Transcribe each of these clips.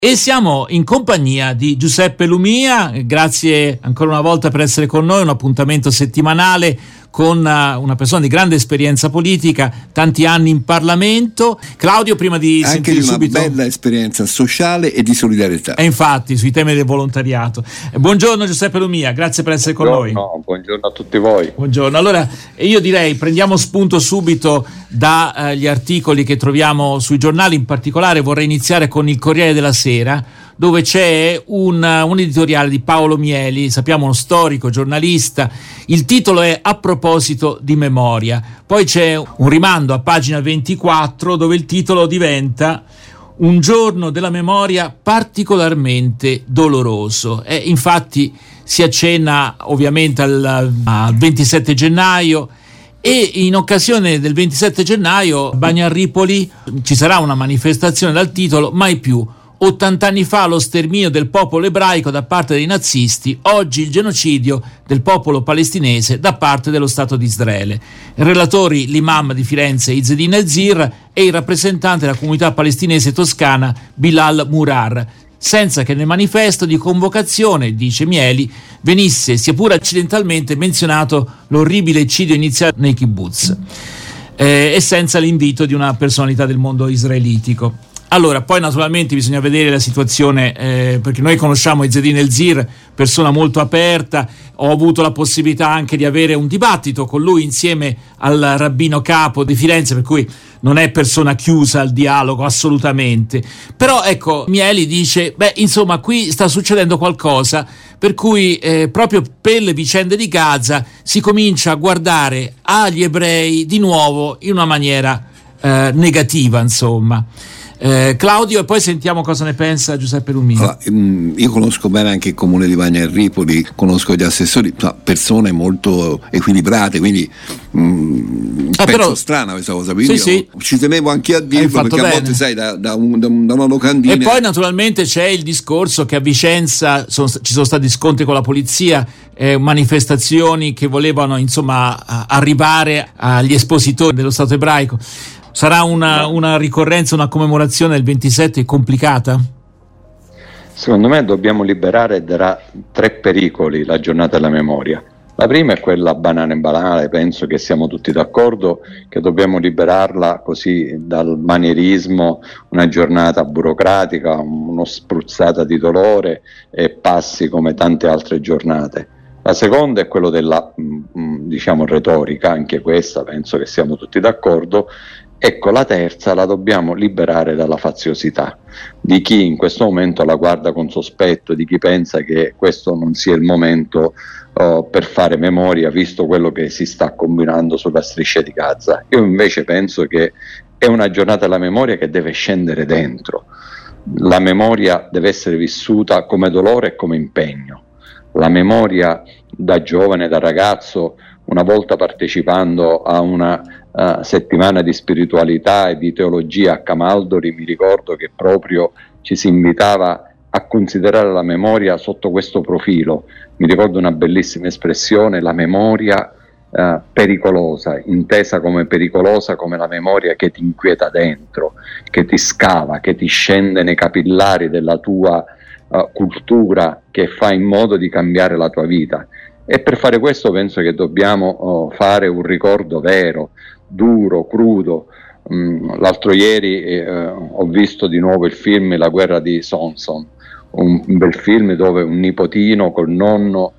E siamo in compagnia di Giuseppe Lumia. Grazie ancora una volta per essere con noi, un appuntamento settimanale con una persona di grande esperienza politica, tanti anni in Parlamento. Claudio, prima di anche sentire di una subito bella esperienza sociale e di solidarietà. E infatti sui temi del volontariato. Buongiorno Giuseppe Lumia, grazie per essere con noi. Buongiorno a tutti voi. Buongiorno. Allora io direi prendiamo spunto subito dagli articoli che troviamo sui giornali. In particolare vorrei iniziare con il Corriere della Sera, dove c'è un editoriale di Paolo Mieli, sappiamo uno storico, giornalista. Il titolo è "A proposito di memoria". Poi c'è un rimando a pagina 24 dove il titolo diventa "Un giorno della memoria particolarmente doloroso". Infatti si accenna ovviamente al 27 gennaio e in occasione del 27 gennaio a Bagnarripoli ci sarà una manifestazione dal titolo "Mai più. 80 anni fa lo sterminio del popolo ebraico da parte dei nazisti, oggi il genocidio del popolo palestinese da parte dello Stato di Israele". Relatori l'imam di Firenze Izzedine El-Zir e il rappresentante della comunità palestinese toscana Bilal Murar, senza che nel manifesto di convocazione, dice Mieli, venisse sia pure accidentalmente menzionato l'orribile eccidio iniziato nei kibbutz, e senza l'invito di una personalità del mondo israelitico. Allora, poi naturalmente bisogna vedere la situazione, perché noi conosciamo Izzedine El-Zir, persona molto aperta. Ho avuto la possibilità anche di avere un dibattito con lui insieme al rabbino capo di Firenze, per cui non è persona chiusa al dialogo assolutamente. Però ecco, Mieli dice, insomma, qui sta succedendo qualcosa per cui proprio per le vicende di Gaza si comincia a guardare agli ebrei di nuovo in una maniera negativa, insomma. Claudio, e poi sentiamo cosa ne pensa Giuseppe Lumia. Allora, io conosco bene anche il comune di Bagnarripoli, conosco gli assessori, persone molto equilibrate, quindi penso però strana questa cosa, quindi sì. Ci tenevo anche a dirlo, perché bene. A volte sai da una locandina. E poi naturalmente c'è il discorso che a Vicenza ci sono stati scontri con la polizia, manifestazioni che volevano insomma arrivare agli espositori dello Stato ebraico. Sarà una ricorrenza, una commemorazione del 27 complicata? Secondo me dobbiamo liberare da 3 pericoli la giornata della memoria. La prima è quella banale e banale, penso che siamo tutti d'accordo che dobbiamo liberarla così dal manierismo, una giornata burocratica, uno spruzzata di dolore e passi come tante altre giornate. La seconda è quello della retorica, anche questa penso che siamo tutti d'accordo. Ecco, la terza la dobbiamo liberare dalla faziosità di chi in questo momento la guarda con sospetto, di chi pensa che questo non sia il momento per fare memoria, visto quello che si sta combinando sulla striscia di Gaza. Io invece penso che è una giornata della memoria che deve scendere dentro. La memoria deve essere vissuta come dolore e come impegno. La memoria da giovane, da ragazzo, una volta partecipando a una settimana di spiritualità e di teologia a Camaldoli, mi ricordo che proprio ci si invitava a considerare la memoria sotto questo profilo. Mi ricordo una bellissima espressione, la memoria pericolosa, intesa come pericolosa come la memoria che ti inquieta dentro, che ti scava, che ti scende nei capillari della tua cultura, che fa in modo di cambiare la tua vita. E per fare questo penso che dobbiamo fare un ricordo vero, duro, crudo. L'altro ieri ho visto di nuovo il film La guerra di Sonson, un bel film dove un nipotino col nonno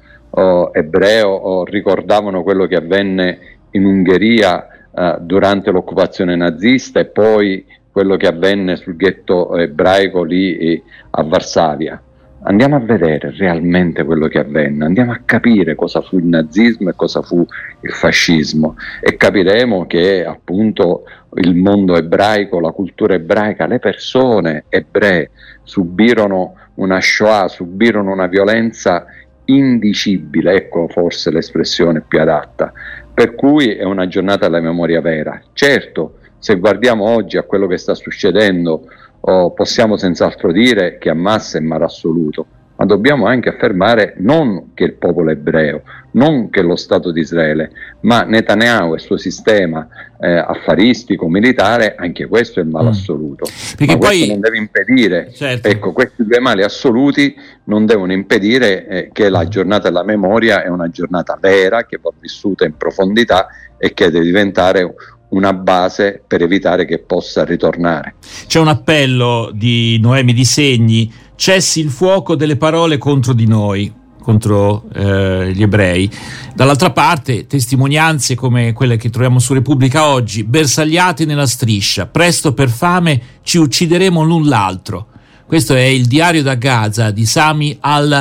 ebreo ricordavano quello che avvenne in Ungheria durante l'occupazione nazista e poi quello che avvenne sul ghetto ebraico lì a Varsavia. Andiamo a vedere realmente quello che avvenne, andiamo a capire cosa fu il nazismo e cosa fu il fascismo, e capiremo che appunto il mondo ebraico, la cultura ebraica, le persone ebree subirono una Shoah, subirono una violenza indicibile, ecco forse l'espressione più adatta, per cui è una giornata della memoria vera. Certo, se guardiamo oggi a quello che sta succedendo, possiamo senz'altro dire che Hamas è male assoluto, ma dobbiamo anche affermare non che il popolo ebreo, non che lo Stato di Israele, ma Netanyahu e il suo sistema affaristico, militare, anche questo è il male assoluto. Perché ma poi questo non deve impedire, certo. Ecco, questi due mali assoluti non devono impedire che la giornata della memoria è una giornata vera, che va vissuta in profondità e che deve diventare una base per evitare che possa ritornare. C'è un appello di Noemi Di Segni: cessi il fuoco delle parole contro di noi, contro gli ebrei. Dall'altra parte testimonianze come quelle che troviamo su Repubblica oggi: bersagliati nella striscia, presto per fame ci uccideremo l'un l'altro. Questo è il diario da Gaza di Sami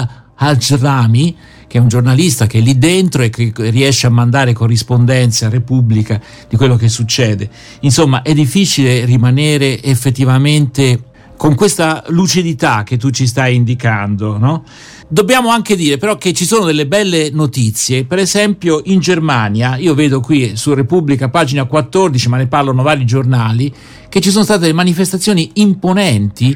al-Hajrami, che è un giornalista che è lì dentro e che riesce a mandare corrispondenze a Repubblica di quello che succede. Insomma, è difficile rimanere effettivamente con questa lucidità che tu ci stai indicando, no? Dobbiamo anche dire però che ci sono delle belle notizie. Per esempio in Germania, io vedo qui su Repubblica pagina 14, ma ne parlano vari giornali, che ci sono state delle manifestazioni imponenti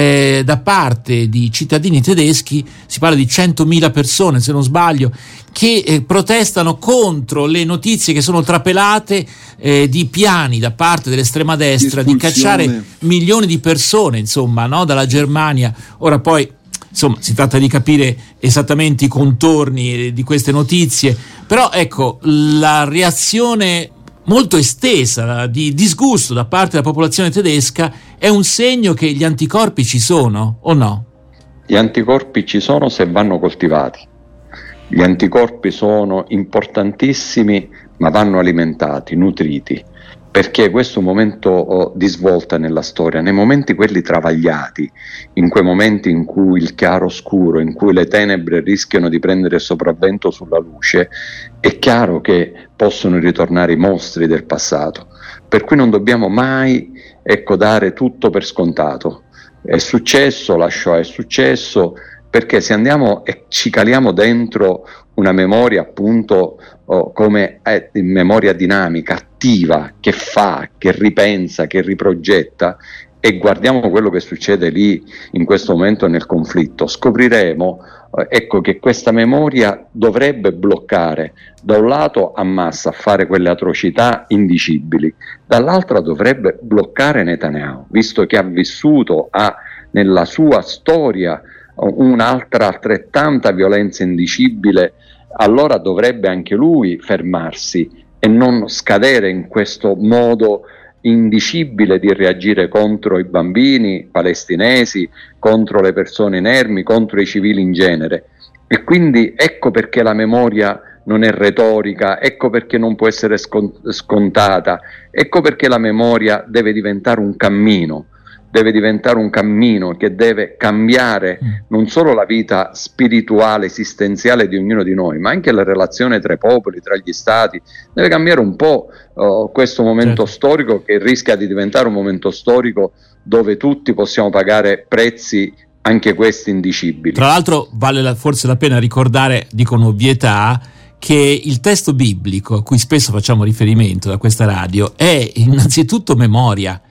da parte di cittadini tedeschi. Si parla di 100.000 persone, se non sbaglio, che protestano contro le notizie che sono trapelate di piani da parte dell'estrema destra di cacciare milioni di persone, insomma, no, dalla Germania. Ora poi, insomma, si tratta di capire esattamente i contorni di queste notizie, però ecco, la reazione molto estesa di disgusto da parte della popolazione tedesca è un segno che gli anticorpi ci sono, o no? Gli anticorpi ci sono se vanno coltivati. Gli anticorpi sono importantissimi, ma vanno alimentati, nutriti, perché questo è un momento di svolta nella storia. Nei momenti quelli travagliati, in quei momenti in cui il chiaro scuro, in cui le tenebre rischiano di prendere il sopravvento sulla luce, è chiaro che possono ritornare i mostri del passato, per cui non dobbiamo mai dare tutto per scontato. È successo, la Shoah è successo, perché se andiamo e ci caliamo dentro una memoria appunto come memoria dinamica, attiva, che fa, che ripensa, che riprogetta, e guardiamo quello che succede lì in questo momento nel conflitto, scopriremo che questa memoria dovrebbe bloccare da un lato Hamas a fare quelle atrocità indicibili, dall'altro dovrebbe bloccare Netanyahu, visto che ha vissuto nella sua storia un'altra altrettanta violenza indicibile. Allora dovrebbe anche lui fermarsi e non scadere in questo modo indicibile di reagire contro i bambini palestinesi, contro le persone inermi, contro i civili in genere. E quindi ecco perché la memoria non è retorica, ecco perché non può essere scontata, ecco perché la memoria deve diventare un cammino. Deve diventare un cammino che deve cambiare non solo la vita spirituale, esistenziale di ognuno di noi, ma anche la relazione tra i popoli, tra gli stati. Deve cambiare un po' questo momento storico, che rischia di diventare un momento storico dove tutti possiamo pagare prezzi, anche questi indicibili. Tra l'altro vale forse la pena ricordare, dico un'ovvietà, che il testo biblico a cui spesso facciamo riferimento da questa radio è innanzitutto memoria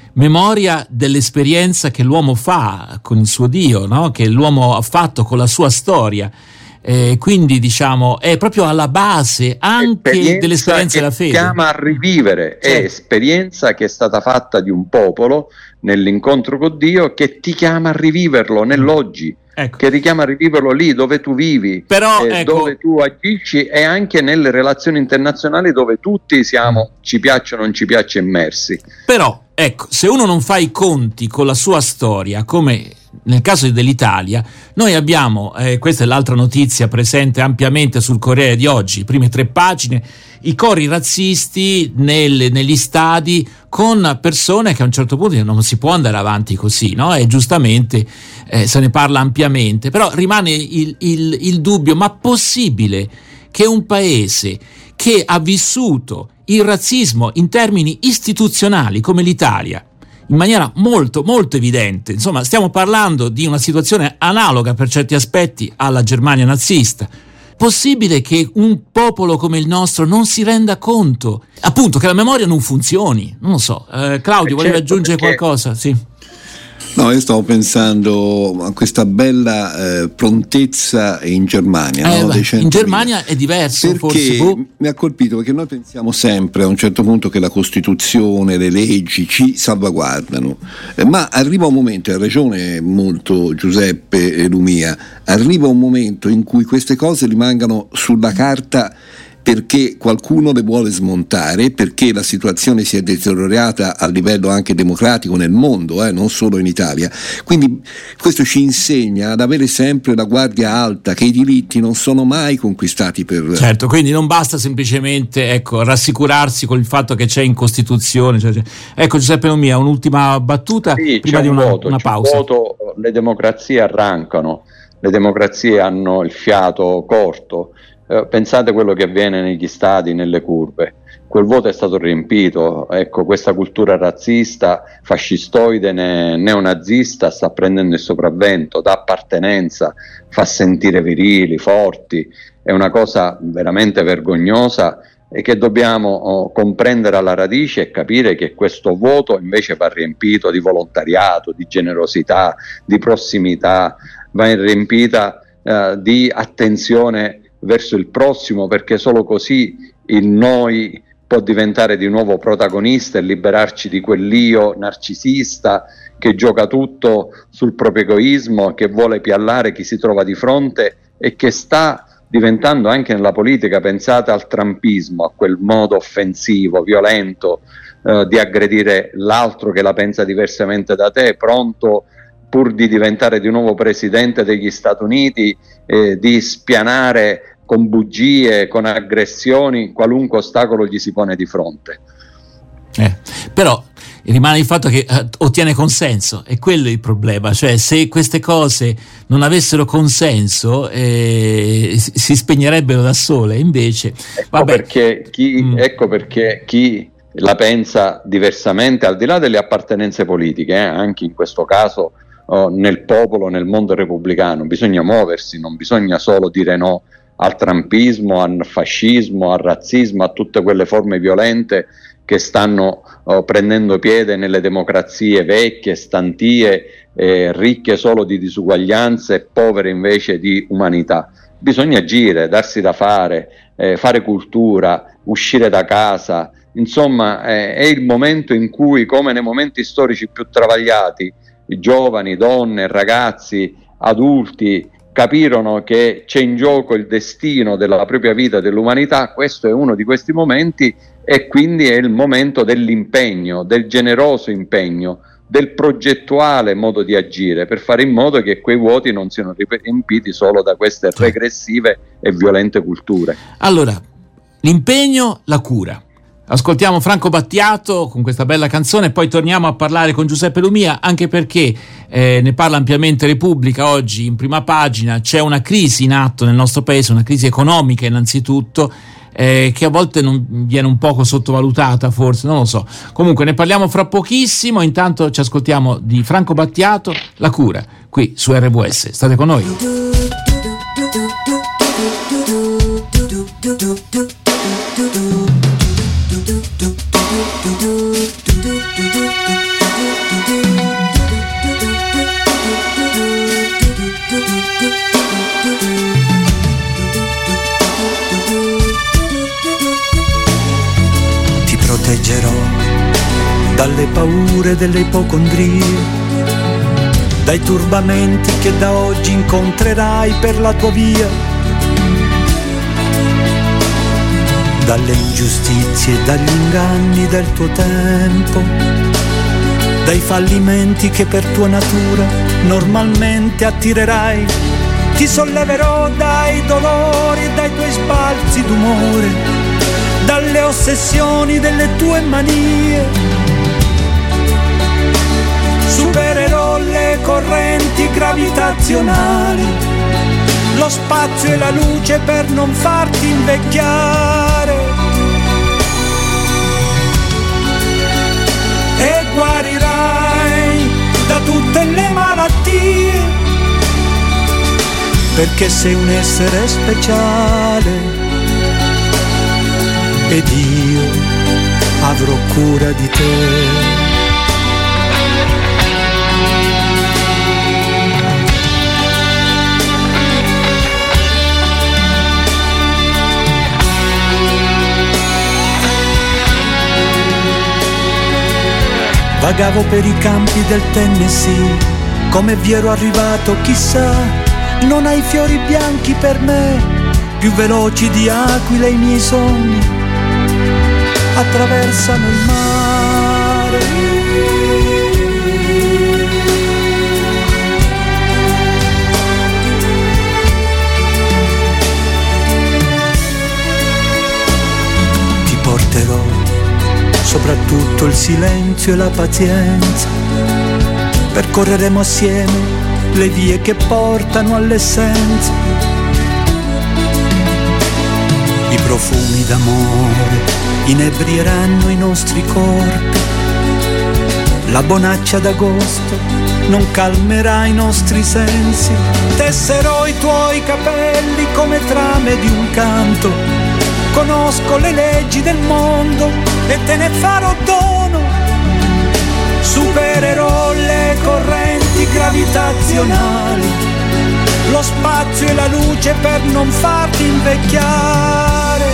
dell'esperienza che l'uomo fa con il suo Dio, no? Che l'uomo ha fatto con la sua storia, quindi diciamo è proprio alla base anche dell'esperienza della fede. Chiama a rivivere, è esperienza che è stata fatta di un popolo nell'incontro con Dio, che ti chiama a riviverlo nell'oggi. Ecco. Che richiama a riviverlo lì dove tu vivi, però, dove tu agisci, e anche nelle relazioni internazionali dove tutti siamo, ci piaccia o non ci piaccia, immersi. Però ecco, se uno non fa i conti con la sua storia, come nel caso dell'Italia, noi abbiamo, questa è l'altra notizia presente ampiamente sul Corriere di oggi, prime 3 pagine, i cori razzisti negli stadi, con persone che a un certo punto non si può andare avanti così, no? E giustamente se ne parla ampiamente, però rimane il dubbio: ma possibile che un paese che ha vissuto il razzismo in termini istituzionali come l'Italia, in maniera molto molto evidente, insomma stiamo parlando di una situazione analoga per certi aspetti alla Germania nazista, possibile che un popolo come il nostro non si renda conto appunto che la memoria non funzioni? Non lo so, Claudio, volevi aggiungere qualcosa? Sì. No, io stavo pensando a questa bella prontezza in Germania. No? In Germania è diverso, perché forse. Mi ha colpito perché noi pensiamo sempre a un certo punto che la Costituzione, le leggi ci salvaguardano, ma arriva un momento, ha ragione molto Giuseppe Lumia, arriva un momento in cui queste cose rimangano sulla carta perché qualcuno le vuole smontare, perché la situazione si è deteriorata a livello anche democratico nel mondo, non solo in Italia. Quindi questo ci insegna ad avere sempre la guardia alta, che i diritti non sono mai conquistati per... Certo, quindi non basta semplicemente rassicurarsi con il fatto che c'è in Costituzione. Ecco, Giuseppe Lumia, un'ultima battuta prima di una pausa. Le democrazie arrancano, le democrazie hanno il fiato corto. Pensate quello che avviene negli stadi, nelle curve. Quel voto è stato riempito. Ecco, questa cultura razzista, fascistoide, neonazista sta prendendo il sopravvento, dà appartenenza, fa sentire virili, forti. È una cosa veramente vergognosa e che dobbiamo comprendere alla radice e capire che questo voto invece va riempito di volontariato, di generosità, di prossimità, va riempita di attenzione verso il prossimo, perché solo così il noi può diventare di nuovo protagonista e liberarci di quell'io narcisista che gioca tutto sul proprio egoismo, che vuole piallare chi si trova di fronte e che sta diventando anche nella politica, pensate al trumpismo, a quel modo offensivo, violento di aggredire l'altro che la pensa diversamente da te, pronto pur di diventare di nuovo presidente degli Stati Uniti, di spianare con bugie, con aggressioni, qualunque ostacolo gli si pone di fronte. Però rimane il fatto che ottiene consenso, e quello è il problema. Cioè, se queste cose non avessero consenso si spegnerebbero da sole, invece ecco perché chi la pensa diversamente, al di là delle appartenenze politiche, anche in questo caso nel popolo, nel mondo repubblicano bisogna muoversi, non bisogna solo dire no al trumpismo, al fascismo, al razzismo, a tutte quelle forme violente che stanno prendendo piede nelle democrazie vecchie, stantie, ricche solo di disuguaglianze e povere invece di umanità. Bisogna agire, darsi da fare, fare cultura, uscire da casa. Insomma, è il momento in cui, come nei momenti storici più travagliati, i giovani, donne, ragazzi, adulti capirono che c'è in gioco il destino della propria vita, dell'umanità. Questo è uno di questi momenti, e quindi è il momento dell'impegno, del generoso impegno, del progettuale modo di agire, per fare in modo che quei vuoti non siano riempiti solo da queste regressive e violente culture. Allora, l'impegno, la cura. Ascoltiamo Franco Battiato con questa bella canzone e poi torniamo a parlare con Giuseppe Lumia, anche perché ne parla ampiamente Repubblica oggi in prima pagina. C'è una crisi in atto nel nostro paese, una crisi economica innanzitutto, che a volte non viene un poco sottovalutata, forse, non lo so. Comunque ne parliamo fra pochissimo. Intanto ci ascoltiamo di Franco Battiato, La cura, qui su RWS. State con noi. Ti proteggerò dalle paure delle ipocondrie, dai turbamenti che da oggi incontrerai per la tua via, dalle ingiustizie e dagli inganni del tuo tempo, dai fallimenti che per tua natura normalmente attirerai. Ti solleverò dai dolori e dai tuoi sbalzi d'umore, dalle ossessioni delle tue manie. Supererò le correnti gravitazionali, lo spazio e la luce per non farti invecchiare, e guarirai da tutte le malattie, perché sei un essere speciale ed io avrò cura di te. Vagavo per i campi del Tennessee, come vi ero arrivato chissà. Non hai fiori bianchi per me, più veloci di aquile i miei sogni attraversano il mare. Ti porterò soprattutto il silenzio e la pazienza, percorreremo assieme le vie che portano all'essenza. I profumi d'amore inebrieranno i nostri corpi, la bonaccia d'agosto non calmerà i nostri sensi. Tesserò i tuoi capelli come trame di un canto, conosco le leggi del mondo e te ne farò dono. Supererò le correnti gravitazionali, lo spazio e la luce per non farti invecchiare.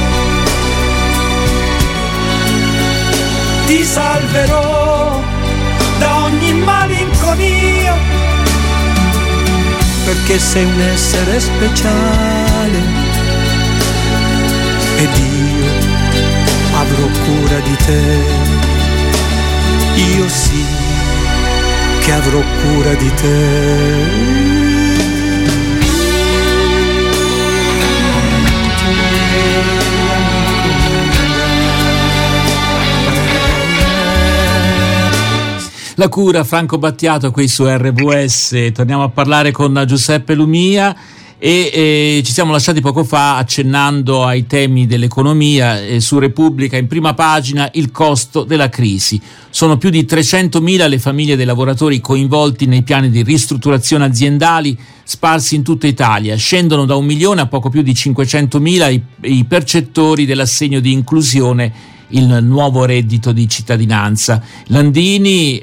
Ti salverò da ogni malinconia, perché sei un essere speciale ed io avrò cura di te. Io sì che avrò cura di te. La cura, Franco Battiato qui su RVS. Torniamo a parlare con Giuseppe Lumia e ci siamo lasciati poco fa accennando ai temi dell'economia. Su Repubblica in prima pagina il costo della crisi. Sono più di 300.000 le famiglie dei lavoratori coinvolti nei piani di ristrutturazione aziendali sparsi in tutta Italia. Scendono da 1 milione a poco più di 500.000 i percettori dell'assegno di inclusione, il nuovo reddito di cittadinanza. Landini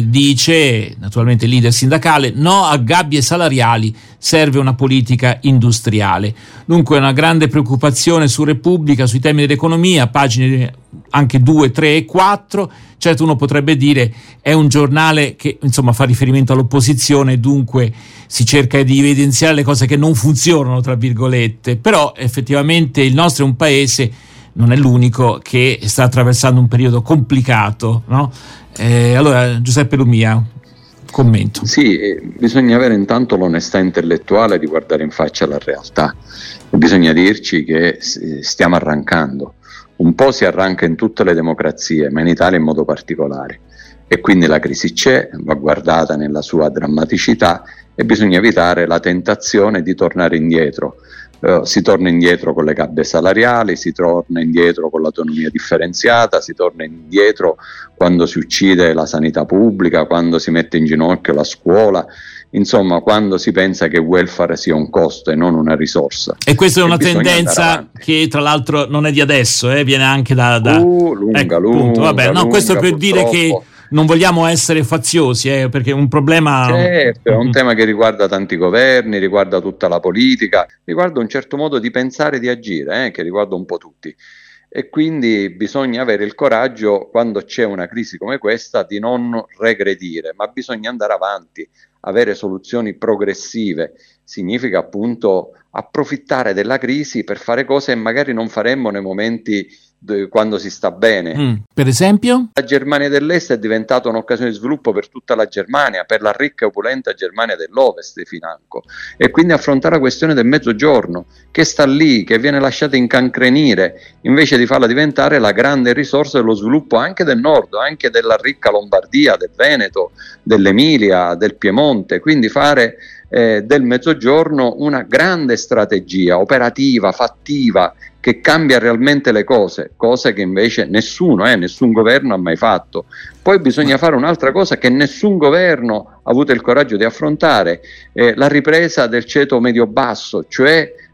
dice, naturalmente leader sindacale, no a gabbie salariali, serve una politica industriale. Dunque una grande preoccupazione su Repubblica sui temi dell'economia, pagine anche 2, 3 e 4. Certo, uno potrebbe dire è un giornale che insomma fa riferimento all'opposizione, dunque si cerca di evidenziare le cose che non funzionano, tra virgolette, però effettivamente il nostro è un paese, non è l'unico, che sta attraversando un periodo complicato, no? Allora, Giuseppe Lumia, commento. Sì, bisogna avere intanto l'onestà intellettuale di guardare in faccia la realtà. Bisogna dirci che stiamo arrancando. Un po' si arranca in tutte le democrazie, ma in Italia in modo particolare. E quindi la crisi c'è, va guardata nella sua drammaticità e bisogna evitare la tentazione di tornare indietro. Si torna indietro con le gabbie salariali, si torna indietro con l'autonomia differenziata, si torna indietro quando si uccide la sanità pubblica, quando si mette in ginocchio la scuola, insomma quando si pensa che il welfare sia un costo e non una risorsa. E questa è una tendenza che tra l'altro non è di adesso, viene anche da lunga. Vabbè, no, questo per purtroppo dire che non vogliamo essere faziosi, perché è un problema. Certo, è un tema che riguarda tanti governi, riguarda tutta la politica, riguarda un certo modo di pensare e di agire, che riguarda un po' tutti. E quindi bisogna avere il coraggio, quando c'è una crisi come questa, di non regredire, ma bisogna andare avanti, avere soluzioni progressive. Significa appunto approfittare della crisi per fare cose che magari non faremmo nei momenti quando si sta bene. Per esempio? La Germania dell'Est è diventata un'occasione di sviluppo per tutta la Germania, per la ricca e opulenta Germania dell'Ovest di fianco, e quindi affrontare la questione del Mezzogiorno che sta lì, che viene lasciata incancrenire, invece di farla diventare la grande risorsa dello sviluppo anche del Nord, anche della ricca Lombardia, del Veneto, dell'Emilia, del Piemonte. Quindi fare del Mezzogiorno una grande strategia operativa, fattiva, che cambia realmente le cose che invece nessun governo ha mai fatto. Poi bisogna fare un'altra cosa che nessun governo ha avuto il coraggio di affrontare, la ripresa del ceto medio-basso, cioè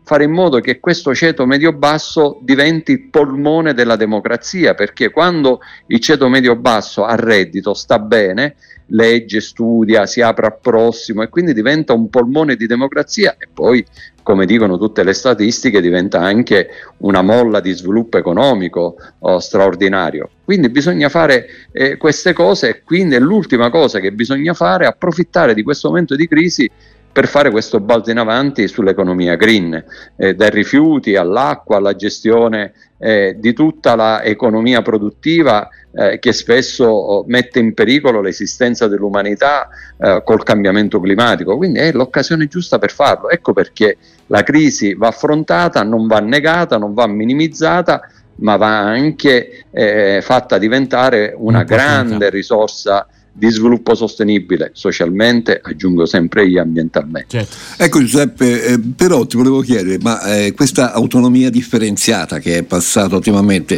fare in modo che questo ceto medio-basso diventi il polmone della democrazia, perché quando il ceto medio-basso ha reddito, sta bene, legge, studia, si apre al prossimo e quindi diventa un polmone di democrazia, e poi, come dicono tutte le statistiche, diventa anche una molla di sviluppo economico straordinario. Quindi bisogna fare queste cose, e quindi l'ultima cosa che bisogna fare è approfittare di questo momento di crisi per fare questo balzo in avanti sull'economia green, dai rifiuti all'acqua, alla gestione di tutta l'economia produttiva che spesso mette in pericolo l'esistenza dell'umanità col cambiamento climatico. Quindi è l'occasione giusta per farlo. Ecco perché la crisi va affrontata, non va negata, non va minimizzata, ma va anche fatta diventare una grande risorsa di sviluppo sostenibile, socialmente, aggiungo sempre io, ambientalmente. Certo. Ecco Giuseppe, però ti volevo chiedere, ma questa autonomia differenziata che è passata ultimamente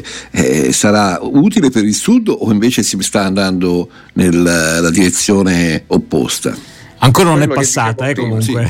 sarà utile per il Sud o invece si sta andando nella direzione opposta? Ancora non è passata, comunque.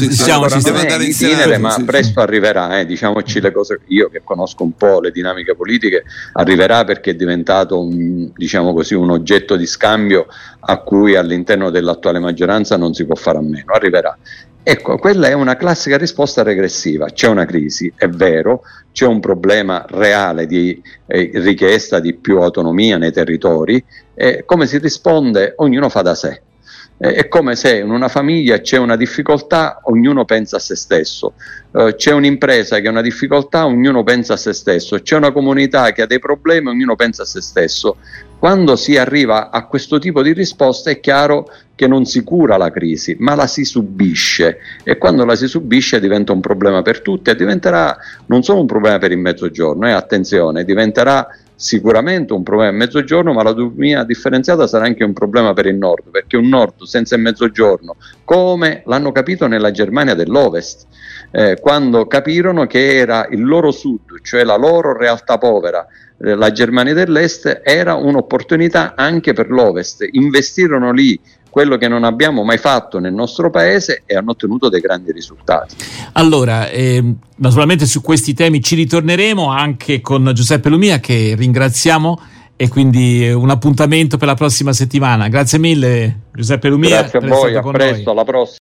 Ci deve andare in itinere, ma presto arriverà, diciamoci le cose. Io che conosco un po' le dinamiche politiche, arriverà perché è diventato un oggetto di scambio a cui all'interno dell'attuale maggioranza non si può fare a meno. Arriverà. Ecco, quella è una classica risposta regressiva. C'è una crisi, è vero, c'è un problema reale di richiesta di più autonomia nei territori. Come si risponde? Ognuno fa da sé. È come se in una famiglia c'è una difficoltà, ognuno pensa a se stesso, c'è un'impresa che ha una difficoltà, ognuno pensa a se stesso, c'è una comunità che ha dei problemi, ognuno pensa a se stesso. Quando si arriva a questo tipo di risposta è chiaro che non si cura la crisi, ma la si subisce, e quando la si subisce diventa un problema per tutti, e diventerà non solo un problema per il Mezzogiorno, attenzione, diventerà sicuramente un problema in Mezzogiorno, ma l'autonomia differenziata sarà anche un problema per il Nord, perché un Nord senza il Mezzogiorno, come l'hanno capito nella Germania dell'Ovest, quando capirono che era il loro Sud, cioè la loro realtà povera, la Germania dell'Est, era un'opportunità anche per l'Ovest. Investirono lì quello che non abbiamo mai fatto nel nostro paese e hanno ottenuto dei grandi risultati. Allora, naturalmente su questi temi ci ritorneremo anche con Giuseppe Lumia, che ringraziamo, e quindi un appuntamento per la prossima settimana. Grazie mille Giuseppe Lumia. Grazie a voi, a presto, alla prossima.